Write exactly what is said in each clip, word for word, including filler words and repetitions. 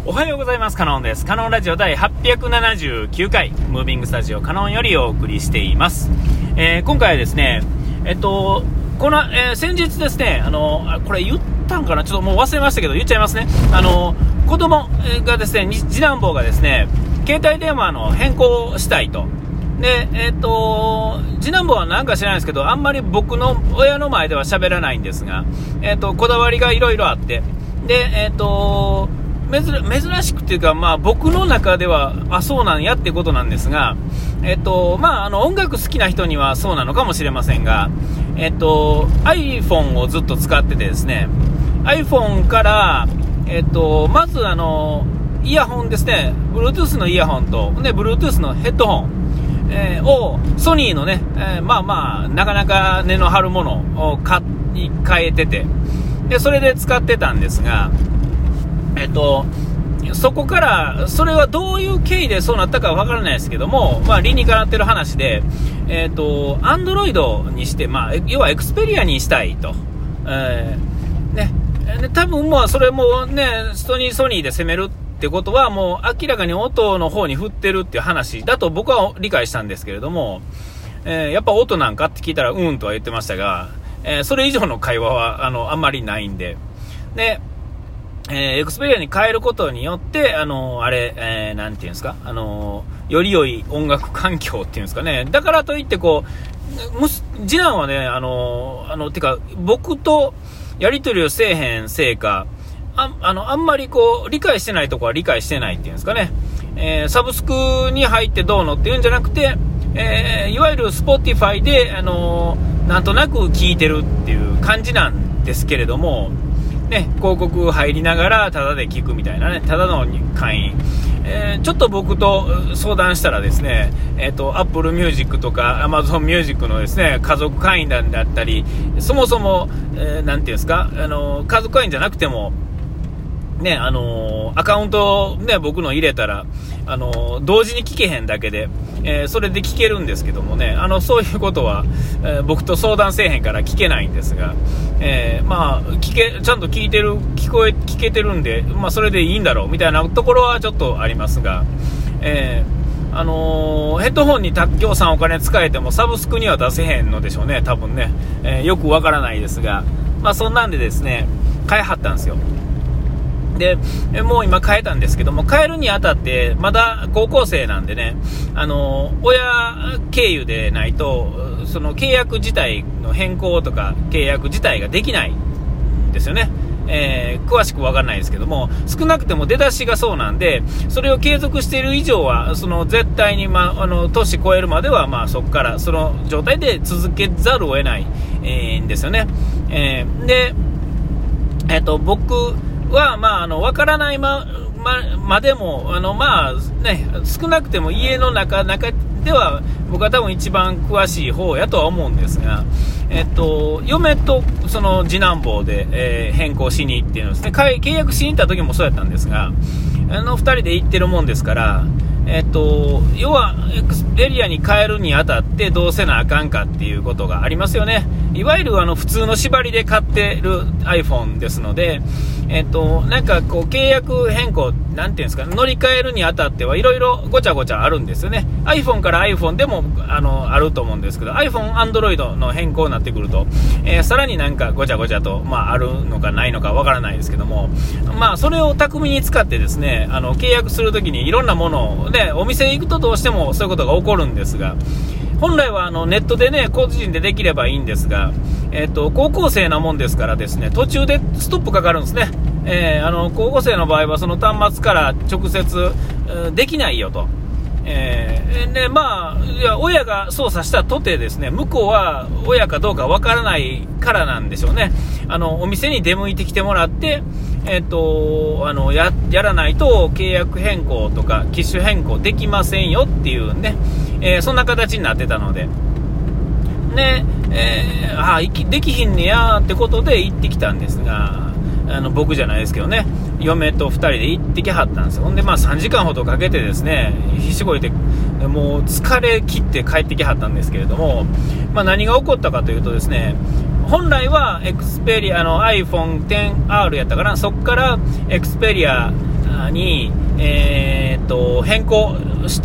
おはようございます。カノンです。カノンラジオ第はっぴゃくななじゅうきゅうかいムービングスタジオカノンよりお送りしています。えー、今回はですねえっとこの、えー、先日ですねあのこれ言ったんかなちょっともう忘れましたけど言っちゃいますね。あの子供がですね次男坊がですね携帯電話の変更をしたいと。でえっと次男坊はなんか知らないですけどあんまり僕の親の前では喋らないんですが、えっとこだわりがいろいろあって、でえっと珍, 珍しくっていうか、まあ、僕の中ではあそうなんやってことなんですが、えっとまあ、あの音楽好きな人にはそうなのかもしれませんが、えっと、iPhone をずっと使っててですね iPhone から、えっと、まずあのイヤホンですね Bluetooth のイヤホンと、ね、Bluetooth のヘッドホン、えー、をソニーのね、えー、まあまあなかなか値の張るものを買い変えてて、でそれで使ってたんですが、えっと、そこからそれはどういう経緯でそうなったかわからないですけども、まあ、理にかなってる話で、えっと、Android にして、まあ、要は Xperia にしたいと、えーね、で多分まあそれもねソニーソニーで攻めるってことはもう明らかに音の方に振ってるっていう話だと僕は理解したんですけれども、えー、やっぱ音なんかって聞いたらうんとは言ってましたが、えー、それ以上の会話は あの、あんまりないんで、でえー、エクスペリアに変えることによって、あのー、あれ、えー、なんていうんですか、あのー、より良い音楽環境っていうんですかね。だからといって、こう、むす次男はね、あのー、あの、てか、僕とやり取りをせえへんせいか、あ、あの、あんまりこう、理解してないとこは理解してないっていうんですかね。えー、サブスクに入ってどうのっていうんじゃなくて、えー、いわゆる Spotify で、あのー、なんとなく聞いてるっていう感じなんですけれども、ね、広告入りながらタダで聞くみたいなね、タダの会員、えー、ちょっと僕と相談したらですね、えっと Apple Music とか Amazon Music のですね家族会員だったり、そもそも、えー、なんていうんですか、あの家族会員じゃなくてもね、あのー、アカウントね僕の入れたら、あのー、同時に聞けへんだけで、えー、それで聞けるんですけどもね、あのそういうことは、えー、僕と相談せえへんから聞けないんですが、えー、まあ聞けちゃんと聞いてる聞こえ聞けてるんで、まあそれでいいんだろうみたいなところはちょっとありますが、えー、あのー、ヘッドホンにたっきょうさんお金使えてもサブスクには出せへんのでしょうね多分ね、えー、よくわからないですが、まあそんなんでですね買いはったんですよ。でもう今変えたんですけども、変えるにあたってまだ高校生なんでね、あの親経由でないとその契約自体の変更とか契約自体ができないんですよね。えー、詳しく分からないですけども、少なくても出だしがそうなんで、それを継続している以上はその絶対に、まあ、あの年超えるまでは、まあ、そこからその状態で続けざるを得ない、えー、んですよね。えー、で、えーと、僕は、まあ、あの分からない ま, ま, までもあの、まあね、少なくても家の中, 中では僕は多分一番詳しい方やとは思うんですが、えっと、嫁とその次男坊で、えー、変更しに行っているんですね。契約しに行った時もそうやったんですが、あのふたりで行ってるもんですから、えっと、要はエクスペリアに変えるにあたってどうせなあかんかっていうことがありますよね。いわゆるあの普通の縛りで買ってる iPhone ですので、えっと、なんかこう契約変更なんていうんですか、乗り換えるにあたってはいろいろごちゃごちゃあるんですよね。 iPhone から iPhone でも あのあると思うんですけど、 iPhone、Android の変更になってくると、えー、さらになんかごちゃごちゃと、まあ、あるのかないのかわからないですけども、まあそれを巧みに使ってですね、あの契約するときにいろんなものをね、お店に行くとどうしてもそういうことが起こるんですが、本来はあのネットでね個人でできればいいんですが、えー、と高校生なもんですからですね、途中でストップかかるんですね。えー、あの高校生の場合はその端末から直接できないよと、えー、でまあいや親が操作したとてですね、向こうは親かどうかわからないからなんでしょうね。あのお店に出向いてきてもらって、えー、とあの や, やらないと契約変更とか機種変更できませんよっていうね、えー、そんな形になってたのでね、えー、あできひんねやってことで行ってきたんですが、あの僕じゃないですけどね、嫁とふたりで行ってきはったんですよ。ほんでまあさんじかんほどかけてですね、ひしごいてもう疲れ切って帰ってきはったんですけれども、まあ、何が起こったかというとですね、本来はエクスペリアの アイフォンテンアール やったかな、そこからエクスペリアに、えー、と変更して、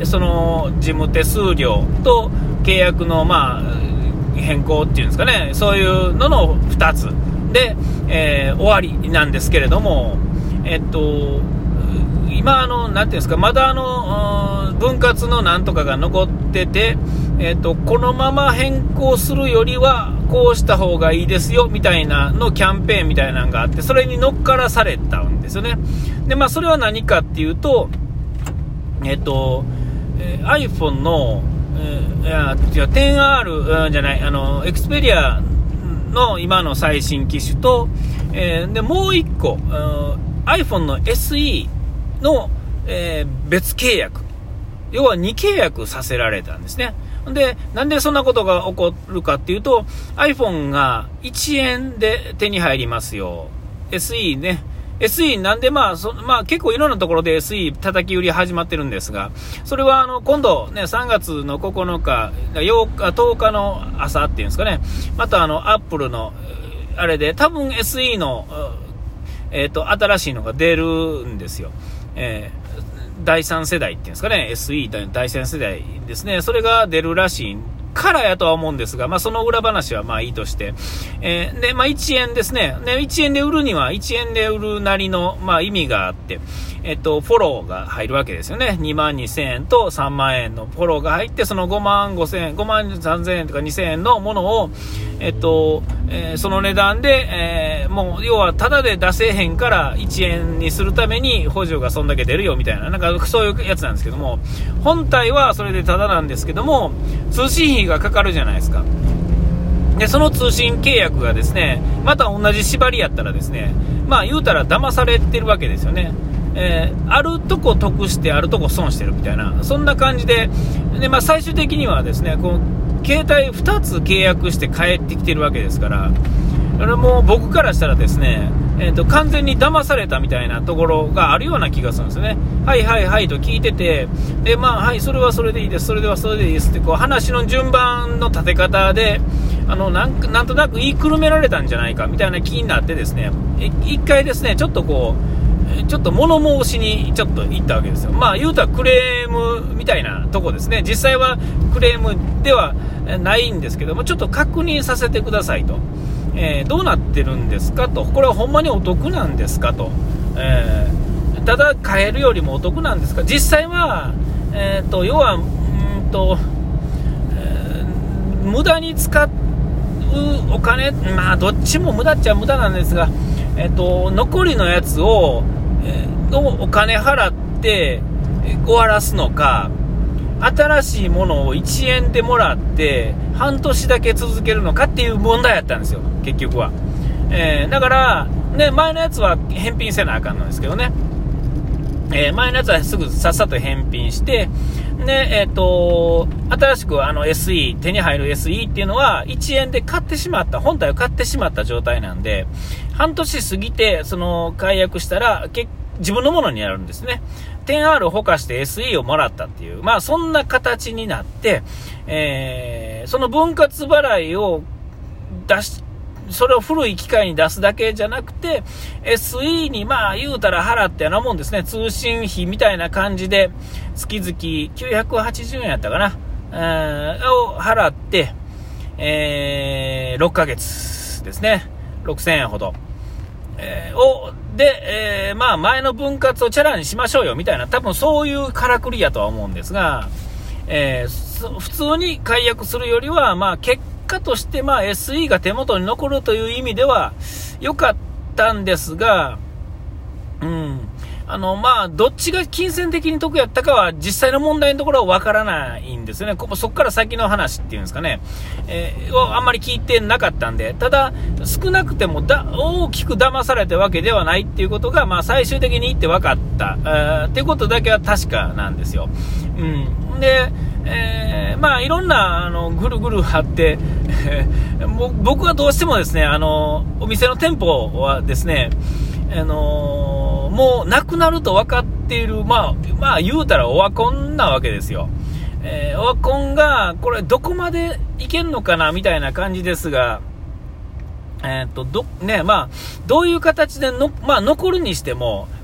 その事務手数料と契約の、まあ、変更っていうんですかね、そういうののふたつで、えー、終わりなんですけれども、えっと今あのなんていうんですか、まだあの分割のなんとかが残ってて、えっとこのまま変更するよりはこうした方がいいですよみたいなのキャンペーンみたいなのがあって、それに乗っからされたんですよね。で、まあ、それは何かっていうと、えっと、えー、iPhone の、えー、いや違う テンアール、うん、じゃない、あの Xperia の今の最新機種と、えー、でもう一個、うん、iPhone の エスイー の、えー、別契約、要はに契約させられたんですね。で、なんでそんなことが起こるかっていうと、 iPhone がいちえんで手に入りますよ。 エスイー ね、 エスイー なんで、まあそまあ、結構いろんなところで エスイー 叩き売り始まってるんですが、それはあの今度ね、さんがつのここのかようかとおかの朝っていうんですかね、またあのアップルのあれで多分 エスイー の、えー、と新しいのが出るんですよ。えーだいさん世代っていうんですかね、 エスイー というだいさん世代ですね、それが出るらしいからやとは思うんですが、まあ、その裏話はまあいいとして、えー、で、まあ、いちえんですね。で、いちえんで売るにはいちえんで売るなりの、まあ、意味があって、えっと、フォローが入るわけですよね。にまんにせんえんとさんまんえんのフォローが入って、そのごまんごせんえん、ごまんさんぜんえんとかにせんえんのものを、えっと、えー、その値段で、えー、もう、要は、タダで出せへんからいちえんにするために補助がそんだけ出るよみたいな、なんかそういうやつなんですけども、本体はそれでタダなんですけども、通信費がかかるじゃないですか。で、その通信契約がですね、また同じ縛りやったらですね、まあ言うたら騙されてるわけですよね。えー、あるとこ得してあるとこ損してるみたいな、そんな感じで、で、まあ最終的にはですね、この携帯ふたつ契約して帰ってきてるわけですから、これもう僕からしたらですね、えーと、完全に騙されたみたいなところがあるような気がするんですよね。はいはいはいと聞いてて、で、まあはいそれはそれでいいです、それではそれでいいですってこう話の順番の立て方で、あのなんかなんとなく言いくるめられたんじゃないかみたいな気になってですね、一回ですねちょっとこうちょっと物申しにちょっと行ったわけですよ。まあ言うたらクレームみたいなとこですね。実際はクレームではないんですけども、ちょっと確認させてくださいと、えー、どうなってるんですかと、これはほんまにお得なんですかと、えー、ただ買えるよりもお得なんですか、実際は、えー、と要はうんと、えー、無駄に使うお金、まあどっちも無駄っちゃ無駄なんですが、えー、と残りのやつを、えー、お金払って終わらすのか、新しいものをいちえんでもらって半年だけ続けるのかっていう問題やったんですよ、結局は。えー、だから、ね、前のやつは返品せなあかんのですけどね、えー、前のやつはすぐさっさと返品して、で、えーと、新しくあの エスイー、手に入る エスイー っていうのはいちえんで買ってしまった、本体を買ってしまった状態なんで、半年過ぎてその解約したら結自分のものになるんですね。テンアール をほかして エスイー をもらったっていう、まあそんな形になって、えー、その分割払いを出し、それを古い機械に出すだけじゃなくて エスイー にまあ言うたら払ってやなもんですね。通信費みたいな感じで月々きゅうひゃくはちじゅうえんやったかな、えー、を払って、えー、ろっかげつですね、ろくせんえんほど、えー、をで、えー、まあ前の分割をチャラにしましょうよみたいな、多分そういうからくりやとは思うんですが、えー、普通に解約するよりはまあ結果としてまあ エスイー が手元に残るという意味では良かったんですが、うん、あのまあどっちが金銭的に得やったかは実際の問題のところは分からないんですよね。こそこから先の話っていうんですかね、えー、をあんまり聞いてなかったんで、ただ少なくてもだ大きく騙されたわけではないっていうことがまあ最終的に言って分かったっていうことだけは確かなんですよ。うん、でえー、まあいろんなあのぐるぐる張って、えー、僕はどうしてもですね、あのお店の店舗はですね、あのー、もうなくなると分かっている、まあまあ言うたらオワコンなわけですよ。えー、オワコンがこれどこまでいけんのかなみたいな感じですが、えーとどねまあ、どういう形での、まあ、残るにしても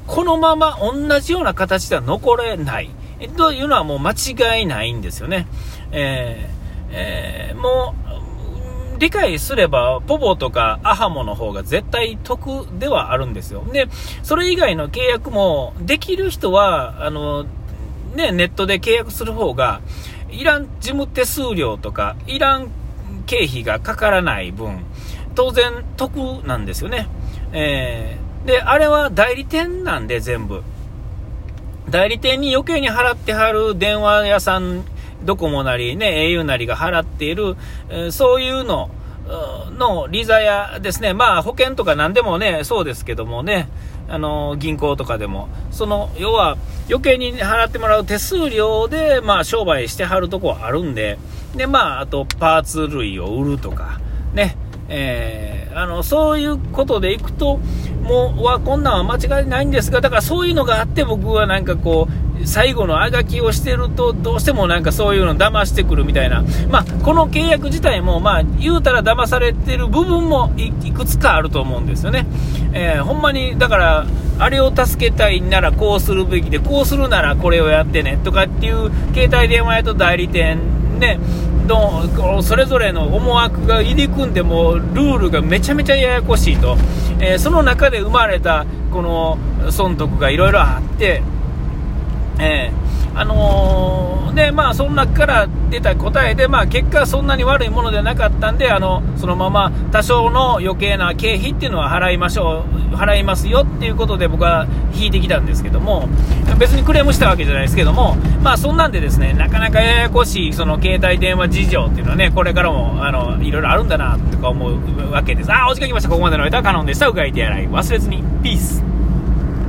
このまま同じような形では残れないというのはもう間違いないんですよね。えーえー、もう理解すればポポとかアハモの方が絶対得ではあるんですよ。でそれ以外の契約もできる人はあの、ね、ネットで契約する方がいらん事務手数料とかいらん経費がかからない分当然得なんですよね。えー、であれは代理店なんで、全部代理店に余計に払ってはる電話屋さん、ドコモなりね au なりが払っている、えー、そういうのの利ざやですね。まあ保険とか何でもねそうですけどもね、あの銀行とかでもその要は余計に払ってもらう手数料でまあ商売してはるとこはあるんで、でまああとパーツ類を売るとかね、えー、あのそういうことでいくともうはこんなんは間違いないんですが、だからそういうのがあって僕はなんかこう最後のあがきをしてるとどうしてもなんかそういうの騙してくるみたいな、まあこの契約自体もまあ言うたら騙されてる部分も い, いくつかあると思うんですよね。えー、ほんまにだからあれを助けたいならこうするべきで、こうするならこれをやってねとかっていう携帯電話屋と代理店ねのそれぞれの思惑が入り組んでもルールがめちゃめちゃややこしいと、えー、その中で生まれたこの損得がいろいろあって、えー、あのー、でまあその中から出た答えで、まあ結果そんなに悪いものではなかったんで、あのそのまま多少の余計な経費っていうのは払いましょう払いますよっていうことで僕は引いてきたんですけども、別にクレームしたわけじゃないですけども、まあそんなんでですね、なかなかややこしいその携帯電話事情っていうのはね、これからもあのいろいろあるんだなとか思うわけです。あーお時間来ました。ここまでの間はカノンでした。うがい手洗い忘れずに。ピース。